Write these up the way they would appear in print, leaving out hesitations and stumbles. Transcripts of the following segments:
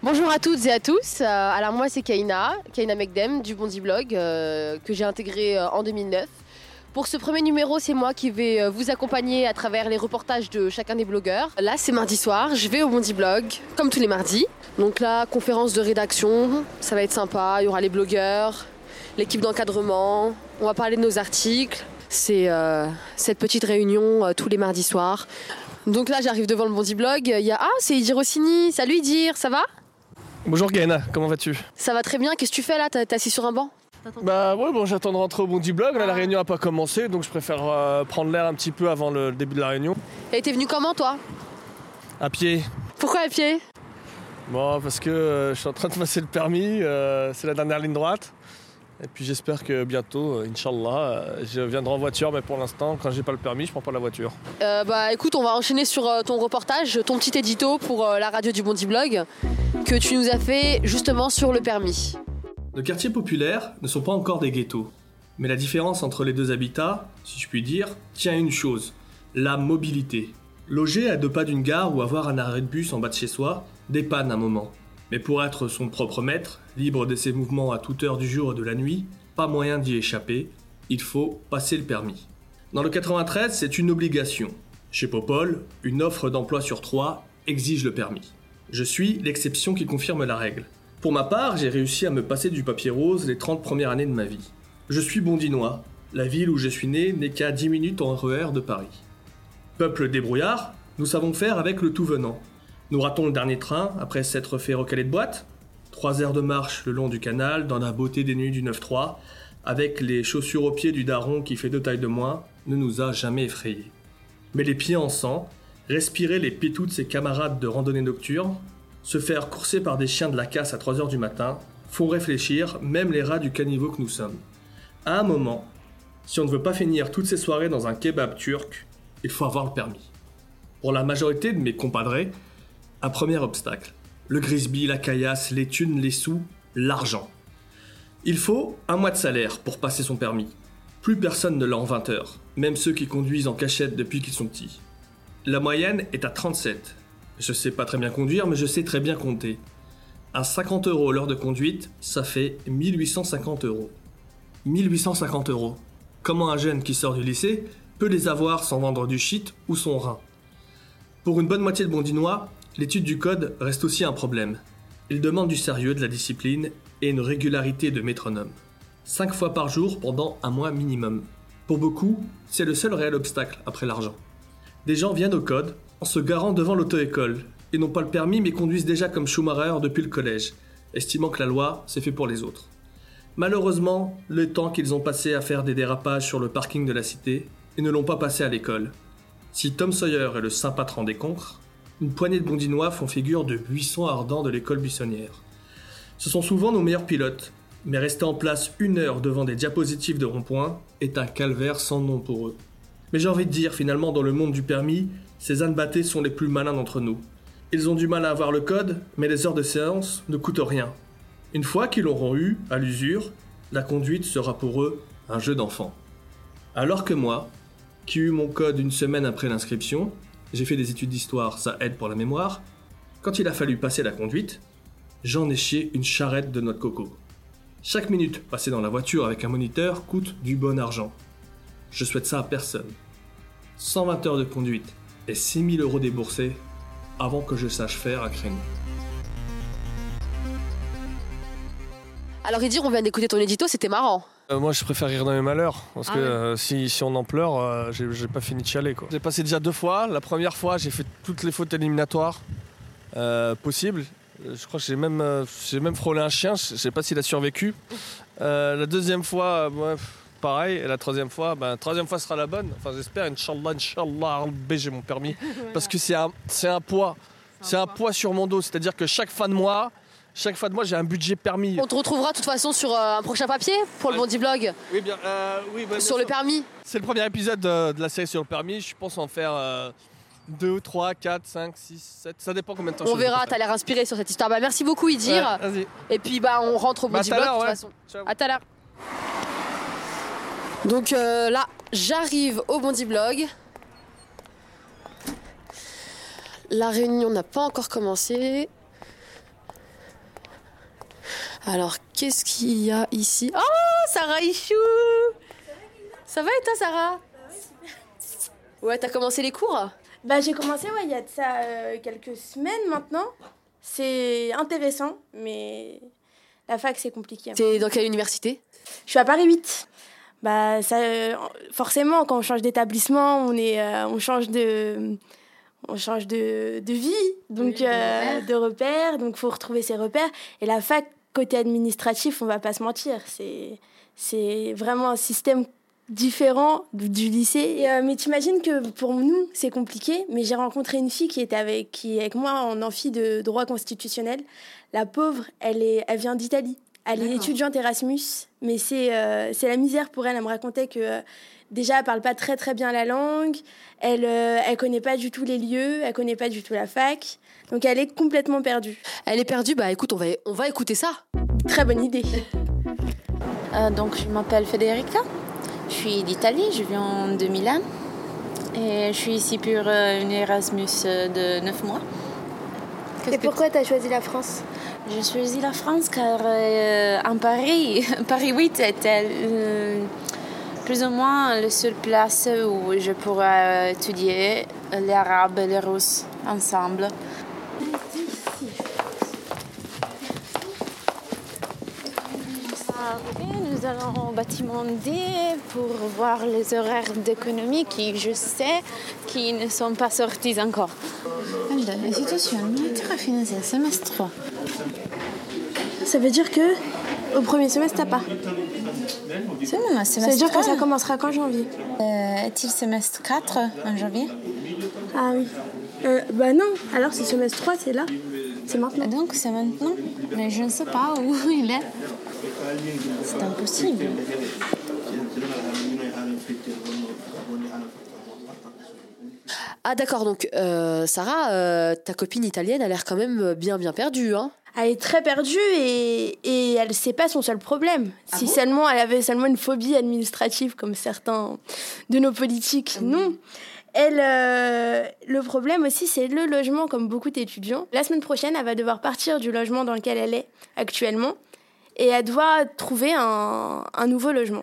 Bonjour à toutes et à tous. Alors moi c'est Kaina Mekdem du Bondi Blog que j'ai intégré en 2009. Pour ce premier numéro, c'est moi qui vais vous accompagner à travers les reportages de chacun des blogueurs. Là, c'est mardi soir, je vais au Bondi Blog, comme tous les mardis. Donc là, conférence de rédaction, ça va être sympa. Il y aura les blogueurs, l'équipe d'encadrement, on va parler de nos articles. C'est cette petite réunion tous les mardis soirs. Donc là, j'arrive devant le Bondi Blog. C'est Idir Rossini. Salut Idir, ça va ? Bonjour Gaëna, comment vas-tu ? Ça va très bien, qu'est-ce que tu fais là ? T'es assis sur un banc ? J'attends de rentrer au Bondi Blog, là la réunion n'a pas commencé, donc je préfère prendre l'air un petit peu avant le début de la réunion. Et t'es venu comment toi ? À pied. Pourquoi à pied ? Bon, parce que je suis en train de passer le permis, c'est la dernière ligne droite. Et puis j'espère que bientôt, Inch'Allah, je viendrai en voiture, mais pour l'instant, quand j'ai pas le permis, je prends pas la voiture. Écoute, on va enchaîner sur ton reportage, ton petit édito pour la radio du Bondi Blog, que tu nous as fait justement sur le permis. Nos quartiers populaires ne sont pas encore des ghettos. Mais la différence entre les deux habitats, si je puis dire, tient à une chose, la mobilité. Loger à 2 pas d'une gare ou avoir un arrêt de bus en bas de chez soi dépanne un moment. Mais pour être son propre maître, libre de ses mouvements à toute heure du jour et de la nuit, pas moyen d'y échapper, il faut passer le permis. Dans le 93, c'est une obligation. Chez Popol, une offre d'emploi sur 3 exige le permis. Je suis l'exception qui confirme la règle. Pour ma part, j'ai réussi à me passer du papier rose les 30 premières années de ma vie. Je suis bondinois. La ville où je suis né n'est qu'à 10 minutes en RER de Paris. Peuple débrouillard, nous savons faire avec le tout venant. Nous ratons le dernier train après s'être fait recaler de boîte. 3 heures de marche le long du canal, dans la beauté des nuits du 9-3, avec les chaussures aux pieds du daron qui fait 2 tailles de moins, ne nous a jamais effrayés. Mais les pieds en sang, respirer les pétous de ses camarades de randonnée nocturne, se faire courser par des chiens de la casse à 3 heures du matin, font réfléchir même les rats du caniveau que nous sommes. À un moment, si on ne veut pas finir toutes ces soirées dans un kebab turc, il faut avoir le permis. Pour la majorité de mes compadrés, un premier obstacle. Le grisby, la caillasse, les thunes, les sous, l'argent. Il faut 1 mois de salaire pour passer son permis. Plus personne ne l'a en 20 heures, même ceux qui conduisent en cachette depuis qu'ils sont petits. La moyenne est à 37. Je sais pas très bien conduire, mais je sais très bien compter. À 50 € l'heure de conduite, ça fait 1850 €. 1850 €. Comment un jeune qui sort du lycée peut les avoir sans vendre du shit ou son rein ? Pour une bonne moitié de bondinois, l'étude du code reste aussi un problème. Il demande du sérieux, de la discipline et une régularité de métronome. 5 fois par jour pendant 1 mois minimum. Pour beaucoup, c'est le seul réel obstacle après l'argent. Des gens viennent au code en se garant devant l'auto-école et n'ont pas le permis mais conduisent déjà comme Schumacher depuis le collège, estimant que la loi c'est fait pour les autres. Malheureusement, le temps qu'ils ont passé à faire des dérapages sur le parking de la cité, ils ne l'ont pas passé à l'école. Si Tom Sawyer est le saint patron des contres, une poignée de bondinois font figure de buissons ardents de l'école buissonnière. Ce sont souvent nos meilleurs pilotes, mais rester en place 1 heure devant des diapositives de rond-point est un calvaire sans nom pour eux. Mais j'ai envie de dire, finalement, dans le monde du permis, ces ânes battés sont les plus malins d'entre nous. Ils ont du mal à avoir le code, mais les heures de séance ne coûtent rien. Une fois qu'ils l'auront eu, à l'usure, la conduite sera pour eux un jeu d'enfant. Alors que moi, qui eus mon code 1 semaine après l'inscription, j'ai fait des études d'histoire, ça aide pour la mémoire, quand il a fallu passer la conduite, j'en ai chié une charrette de noix de coco. Chaque minute passée dans la voiture avec un moniteur coûte du bon argent. Je souhaite ça à personne. 120 heures de conduite et 6 000 € déboursés avant que je sache faire un créneau. Alors Idir, on vient d'écouter ton édito, c'était marrant. Moi je préfère rire dans mes malheurs, parce que si on en pleure, j'ai pas fini de chialer quoi. J'ai passé déjà 2 fois, la première fois j'ai fait toutes les fautes éliminatoires possibles. Je crois que j'ai même frôlé un chien, je sais pas s'il a survécu. La deuxième fois, pareil, et la troisième fois sera la bonne. Enfin j'espère, Inch'Allah, j'ai mon permis. Parce que c'est un poids sur mon dos, c'est-à-dire que chaque fin de mois, j'ai un budget permis. On te retrouvera de toute façon sur un prochain papier pour le Bondi Blog. Oui, bien sur le permis. C'est le premier épisode de la série sur le permis. Je pense en faire 2, 3, 4, 5, 6, 7. Ça dépend combien de temps. On verra, t'as l'air inspiré sur cette histoire. Merci beaucoup Idir. Ouais, vas-y. Et puis on rentre au Bondi Blog de toute façon. Ciao. À tout à l'heure. Donc là, j'arrive au Bondi Blog. La réunion n'a pas encore commencé. Alors, qu'est-ce qu'il y a ici? Oh, Sarah Ichou! Ça va et toi, Sarah? Ouais, t'as commencé les cours? J'ai commencé, il y a de ça quelques semaines maintenant. C'est intéressant, mais la fac, c'est compliqué. T'es dans quelle université? Je suis à Paris 8. Forcément, quand on change d'établissement, on change de vie, donc de repères. Donc, il faut retrouver ses repères. Et la fac, côté administratif, on va pas se mentir, c'est vraiment un système différent du lycée. Mais t'imagines que pour nous, c'est compliqué, mais j'ai rencontré une fille qui est avec moi en amphi de droit constitutionnel. La pauvre, elle vient d'Italie. Elle est étudiante Erasmus, mais c'est la misère pour elle. Elle me racontait que déjà, elle parle pas très très bien la langue, elle connaît pas du tout les lieux, elle connaît pas du tout la fac, donc elle est complètement perdue. Elle est perdue, écoute, on va écouter ça. Très bonne idée. Donc je m'appelle Federica. Je suis d'Italie, je viens de Milan et je suis ici pour une Erasmus de 9 mois. Et pourquoi tu as choisi la France? J'ai choisi la France car en Paris 8 était plus ou moins la seule place où je pourrais étudier l'arabe et le russe ensemble. Nous allons au bâtiment D pour voir les horaires d'économie qui, je sais, qui ne sont pas sortis encore. La situation administrative financière, semestre 3. Ça veut dire que au premier semestre, t'as pas. C'est mon semestre. Ça veut dire que ça commencera qu'en janvier. Est-il semestre 4 en janvier? Ah oui. Non, alors c'est semestre 3, c'est là. C'est maintenant. Donc c'est maintenant. Mais je ne sais pas où il est. C'est impossible. Ah d'accord, donc Sarah, ta copine italienne a l'air quand même bien perdue, hein? Elle est très perdue et elle sait pas son seul problème. Si seulement elle avait seulement une phobie administrative comme certains de nos politiques, non. Le problème aussi, c'est le logement, comme beaucoup d'étudiants. La semaine prochaine, elle va devoir partir du logement dans lequel elle est actuellement et elle doit trouver un nouveau logement.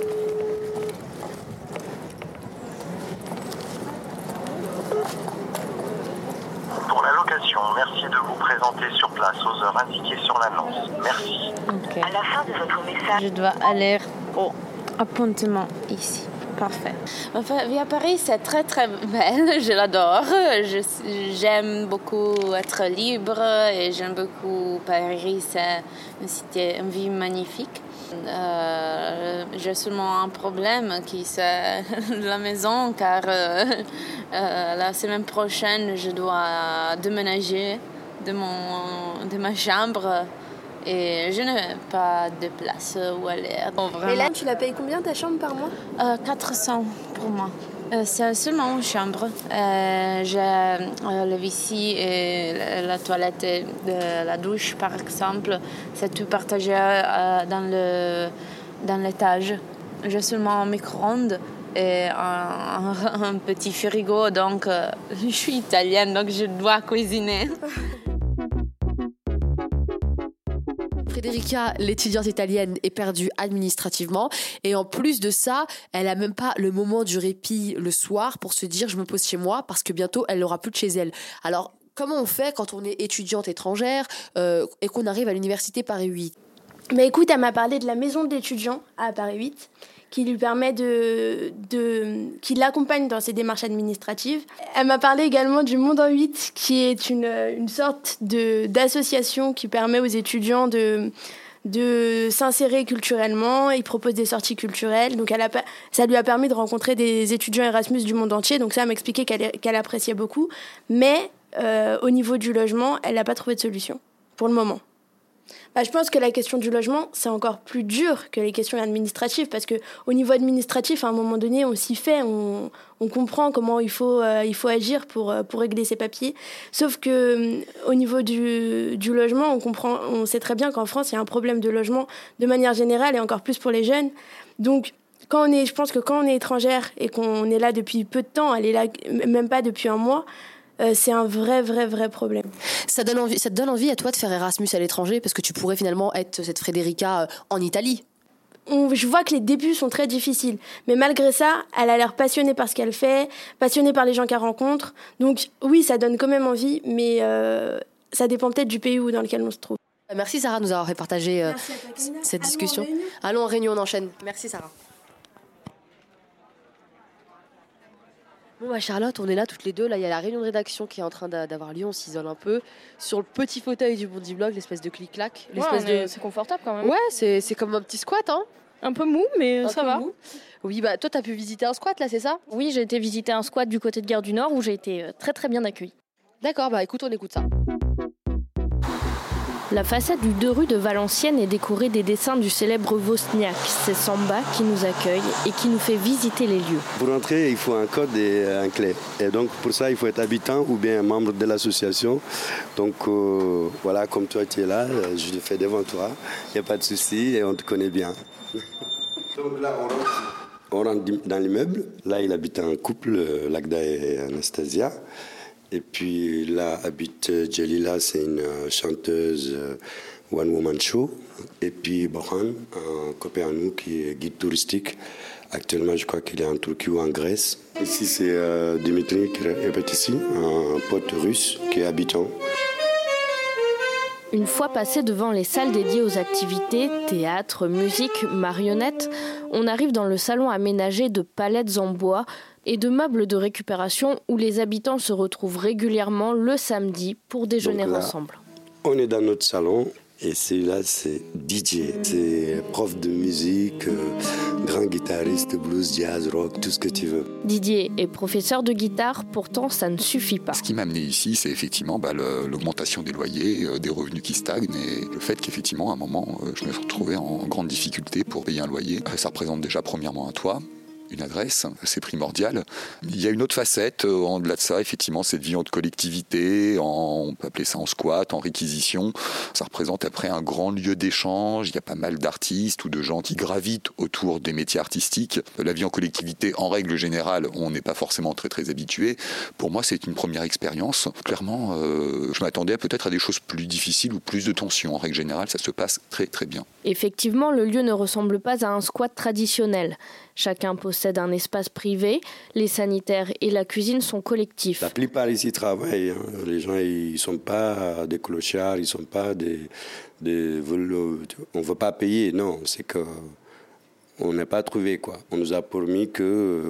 Pour la location, merci de vous présenter sur place aux heures indiquées sur l'annonce. Merci. Okay. À la fin de votre message... Je dois aller au appontement ici. Parfait. Enfin, vie à Paris, c'est très très belle. Je l'adore. J'aime beaucoup être libre et j'aime beaucoup Paris. C'est une ville magnifique. J'ai seulement un problème qui c'est la maison car la semaine prochaine je dois déménager de ma chambre et je n'ai pas de place où aller. Bon, et là, tu la payes combien ta chambre par mois? 400 pour moi. C'est seulement une chambre. J'ai le WC et la toilette et la douche, par exemple. C'est tout partagé dans l'étage. J'ai seulement un micro-ondes et un petit frigo. Donc, je suis italienne, donc je dois cuisiner. Federica, l'étudiante italienne, est perdue administrativement et en plus de ça, elle a même pas le moment du répit le soir pour se dire je me pose chez moi parce que bientôt elle n'aura plus de chez elle. Alors comment on fait quand on est étudiante étrangère et qu'on arrive à l'université Paris 8? Mais écoute, elle m'a parlé de la maison d'étudiants à Paris 8 qui lui permet qui l'accompagne dans ses démarches administratives. Elle m'a parlé également du Monde en 8, qui est une sorte d'association qui permet aux étudiants de s'insérer culturellement. Ils proposent des sorties culturelles. Donc ça lui a permis de rencontrer des étudiants Erasmus du monde entier. Donc ça, elle m'a expliqué qu'elle appréciait beaucoup. Mais au niveau du logement, elle n'a pas trouvé de solution pour le moment. Je pense que la question du logement, c'est encore plus dur que les questions administratives parce qu'au niveau administratif, à un moment donné, on s'y fait, on comprend comment il faut agir pour régler ses papiers. Sauf qu'au niveau du logement, on sait très bien qu'en France, il y a un problème de logement de manière générale et encore plus pour les jeunes. Donc, je pense que quand on est étrangère et qu'on est là depuis peu de temps, elle est là même pas depuis un mois, c'est un vrai problème. Ça te donne envie à toi de faire Erasmus à l'étranger parce que tu pourrais finalement être cette Frederica en Italie. Je vois que les débuts sont très difficiles, mais malgré ça, elle a l'air passionnée par ce qu'elle fait, passionnée par les gens qu'elle rencontre. Donc oui, ça donne quand même envie, mais ça dépend peut-être du pays dans lequel on se trouve. Merci Sarah de nous avoir partagé cette discussion. Allons en réunion, on enchaîne. Merci Sarah. Bon bah Charlotte, on est là toutes les deux. Là, il y a la réunion de rédaction qui est en train d'avoir lieu. On s'isole un peu sur le petit fauteuil du Bondi Blog, l'espèce de clic-clac. C'est confortable quand même. Ouais, c'est comme un petit squat, hein. Un peu mou, mais ça va. Mou. Oui, bah toi, t'as pu visiter un squat là, c'est ça ? Oui, j'ai été visiter un squat du côté de Gare du Nord où j'ai été très bien accueillie. D'accord, bah écoute, on écoute ça. La façade du 2 rue de Valenciennes est décorée des dessins du célèbre Wozniak. C'est Samba qui nous accueille et qui nous fait visiter les lieux. Pour entrer, il faut un code et un clé. Et donc pour ça, il faut être habitant ou bien membre de l'association. Donc voilà, comme toi tu es là, je le fais devant toi. Il n'y a pas de souci et on te connaît bien. Donc là, on rentre dans l'immeuble. Là, il habite un couple, Lagda et Anastasia. Et puis là habite Jalila, c'est une chanteuse One Woman Show. Et puis Boran, un copain à nous qui est guide touristique. Actuellement, je crois qu'il est en Turquie ou en Grèce. Ici, c'est Dimitri qui est ici, un pote russe qui est habitant. Une fois passé devant les salles dédiées aux activités, théâtre, musique, marionnettes, on arrive dans le salon aménagé de palettes en bois et de meubles de récupération où les habitants se retrouvent régulièrement le samedi pour déjeuner ensemble. On est dans notre salon et celui-là c'est DJ, c'est prof de musique, grand guitariste, blues, jazz, rock, tout ce que tu veux. Didier est professeur de guitare, pourtant ça ne suffit pas. Ce qui m'a amené ici, c'est effectivement l'augmentation des loyers, des revenus qui stagnent et le fait qu'effectivement à un moment je me suis retrouvé en grande difficulté pour payer un loyer. Ça représente déjà premièrement un toit, une adresse, c'est primordial. Il y a une autre facette, en-delà de ça, effectivement, cette vie en collectivité, on peut appeler ça en squat, en réquisition. Ça représente après un grand lieu d'échange, il y a pas mal d'artistes ou de gens qui gravitent autour des métiers artistiques. La vie en collectivité, en règle générale, on n'est pas forcément très habitué. Pour moi, c'est une première expérience. Clairement, je m'attendais peut-être à des choses plus difficiles ou plus de tensions. En règle générale, ça se passe très bien. Effectivement, le lieu ne ressemble pas à un squat traditionnel. Chacun possède un espace privé, les sanitaires et la cuisine sont collectifs. La plupart ici travaillent. Les gens, ils ne sont pas des clochards, ils ne sont pas des on ne veut pas payer, non. C'est qu'on n'a pas trouvé, quoi. On nous a promis que,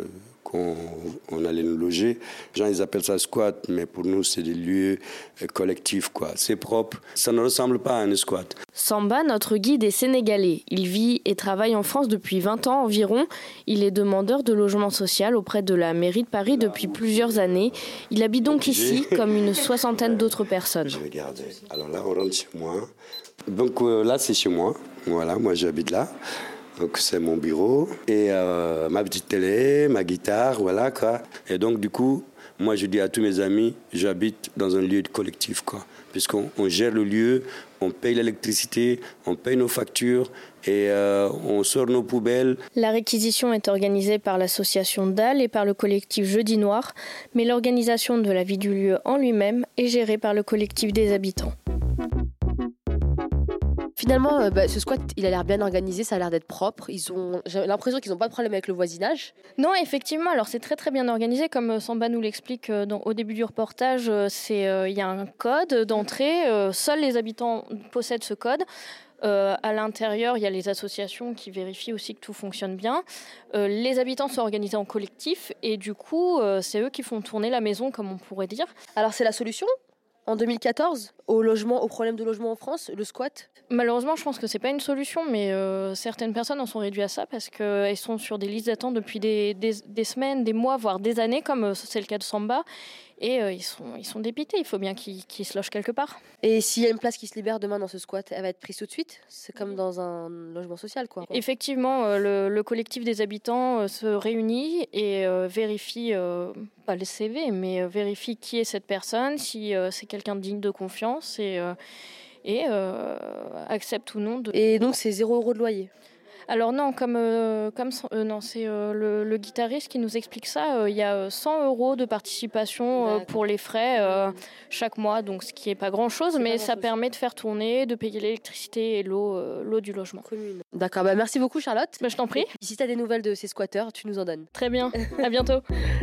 qu'on allait nous loger. Les gens, ils appellent ça squat, mais pour nous, c'est des lieux collectifs, quoi. C'est propre. Ça ne ressemble pas à un squat. Samba, notre guide, est sénégalais. Il vit et travaille en France depuis 20 ans environ. Il est demandeur de logement social auprès de la mairie de Paris depuis plusieurs années. Il habite donc ici, comme une soixantaine d'autres personnes. Je vais garder. Alors là, on rentre chez moi. Donc là, c'est chez moi. Voilà, moi, j'habite là. Donc c'est mon bureau et ma petite télé, ma guitare, voilà quoi. Et donc du coup, moi je dis à tous mes amis, j'habite dans un lieu collectif quoi. Puisqu'on gère le lieu, on paye l'électricité, on paye nos factures et on sort nos poubelles. La réquisition est organisée par l'association DAL et par le collectif Jeudi Noir, mais l'organisation de la vie du lieu en lui-même est gérée par le collectif des habitants. Finalement, ce squat, il a l'air bien organisé, ça a l'air d'être propre. J'ai l'impression qu'ils n'ont pas de problème avec le voisinage. Non, effectivement, alors c'est très bien organisé. Comme Samba nous l'explique au début du reportage, il y a un code d'entrée. Seuls les habitants possèdent ce code. À l'intérieur, il y a les associations qui vérifient aussi que tout fonctionne bien. Les habitants sont organisés en collectif et du coup, c'est eux qui font tourner la maison, comme on pourrait dire. Alors c'est la solution ? En 2014, au problème de logement en France, le squat ? Malheureusement, je pense que c'est pas une solution, mais certaines personnes en sont réduites à ça parce qu'elles sont sur des listes d'attente depuis des semaines, des mois, voire des années, comme c'est le cas de Samba. Et ils sont dépités, il faut bien qu'ils se logent quelque part. Et s'il y a une place qui se libère demain dans ce squat, elle va être prise tout de suite ? C'est comme dans un logement social, quoi. Effectivement, le collectif des habitants se réunit et vérifie, pas le CV, mais vérifie qui est cette personne, si c'est quelqu'un de digne de confiance et accepte ou non. Et donc c'est 0 € de loyer ? Alors non, non, c'est le guitariste qui nous explique ça. Il y a 100 € de participation pour les frais chaque mois, donc ce qui n'est pas grand-chose, mais ça permet de faire tourner, de payer l'électricité et l'eau du logement. D'accord, merci beaucoup Charlotte. Je t'en prie. Si tu as des nouvelles de ces squatteurs, tu nous en donnes. Très bien, à bientôt.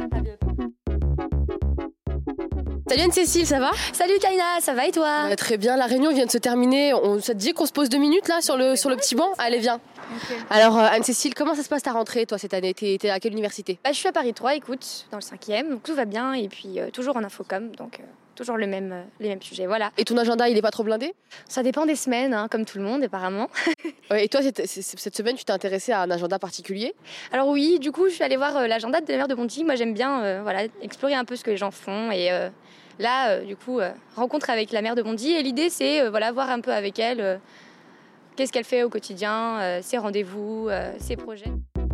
Salut Anne-Cécile, ça va ? Salut Kaina, ça va et toi ? Très bien, la réunion vient de se terminer. Ça te dit qu'on se pose 2 minutes là sur le petit banc ? Allez, viens. Okay. Alors Anne-Cécile, comment ça se passe ta rentrée toi cette année ? T'es à quelle université ? Je suis à Paris 3, écoute, dans le 5e, donc tout va bien et puis toujours en infocom, donc toujours les mêmes sujets, voilà. Et ton agenda, il est pas trop blindé ? Ça dépend des semaines, hein, comme tout le monde apparemment. Et toi, cette semaine, tu t'es intéressée à un agenda particulier ? Alors oui, du coup, je suis allée voir l'agenda de la maire de Bondy. Moi, j'aime bien explorer un peu ce que les gens font et là, du coup, rencontre avec la maire de Bondy. Et l'idée, c'est voir un peu avec elle qu'est-ce qu'elle fait au quotidien, ses rendez-vous, ses projets.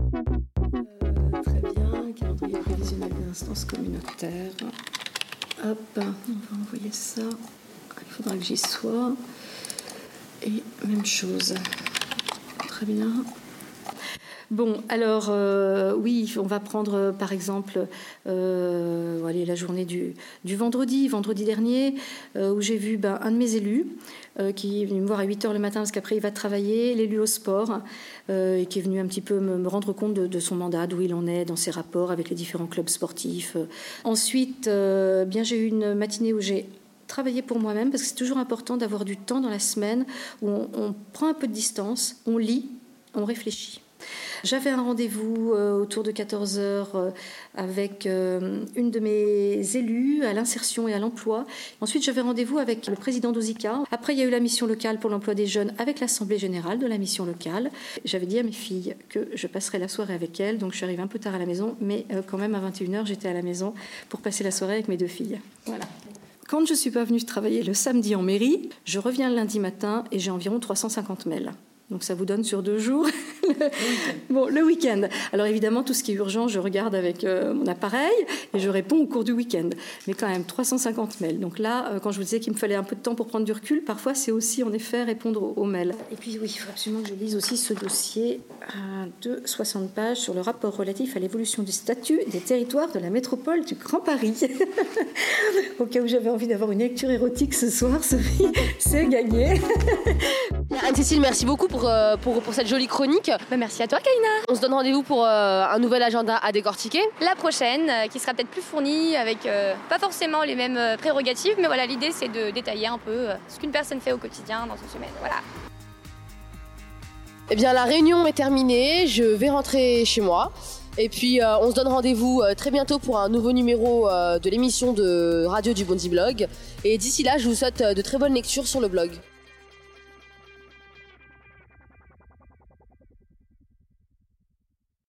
Très bien, calendrier prévisionnel des instances communautaires. Hop, on va envoyer ça. Il faudra que j'y sois. Et même chose. Très bien. Bon, alors, oui, on va prendre, par exemple, la journée du vendredi dernier, où j'ai vu un de mes élus qui est venu me voir à 8h le matin, parce qu'après, il va travailler, l'élu au sport, et qui est venu un petit peu me rendre compte de son mandat, d'où il en est dans ses rapports avec les différents clubs sportifs. Ensuite, j'ai eu une matinée où j'ai travaillé pour moi-même, parce que c'est toujours important d'avoir du temps dans la semaine, où on prend un peu de distance, on lit, on réfléchit. J'avais un rendez-vous autour de 14h avec une de mes élues à l'insertion et à l'emploi. Ensuite, j'avais rendez-vous avec le président d'OSICA. Après, il y a eu la mission locale pour l'emploi des jeunes avec l'Assemblée générale de la mission locale. J'avais dit à mes filles que je passerais la soirée avec elles, donc je suis arrivée un peu tard à la maison, mais quand même à 21h, j'étais à la maison pour passer la soirée avec mes 2 filles. Voilà. Quand je ne suis pas venue travailler le samedi en mairie, je reviens le lundi matin et j'ai environ 350 mails. Donc ça vous donne sur 2 jours le week-end. Alors évidemment, tout ce qui est urgent, je regarde avec mon appareil et je réponds au cours du week-end. Mais quand même, 350 mails. Donc là, quand je vous disais qu'il me fallait un peu de temps pour prendre du recul, parfois c'est aussi en effet répondre aux mails. Et puis oui, il faut absolument que je lise aussi ce dossier de 60 pages sur le rapport relatif à l'évolution du statut des territoires de la métropole du Grand Paris. Au cas où j'avais envie d'avoir une lecture érotique ce soir, Sophie, c'est gagné. Anne-Cécile, merci beaucoup pour cette jolie chronique. Merci à toi, Kaina. On se donne rendez-vous pour un nouvel agenda à décortiquer. La prochaine, qui sera peut-être plus fournie, avec pas forcément les mêmes prérogatives, mais voilà, l'idée c'est de détailler un peu ce qu'une personne fait au quotidien dans une semaine. Voilà. Eh bien, la réunion est terminée, je vais rentrer chez moi. Et puis, on se donne rendez-vous très bientôt pour un nouveau numéro de l'émission de radio du Bondy Blog. Et d'ici là, je vous souhaite de très bonnes lectures sur le blog.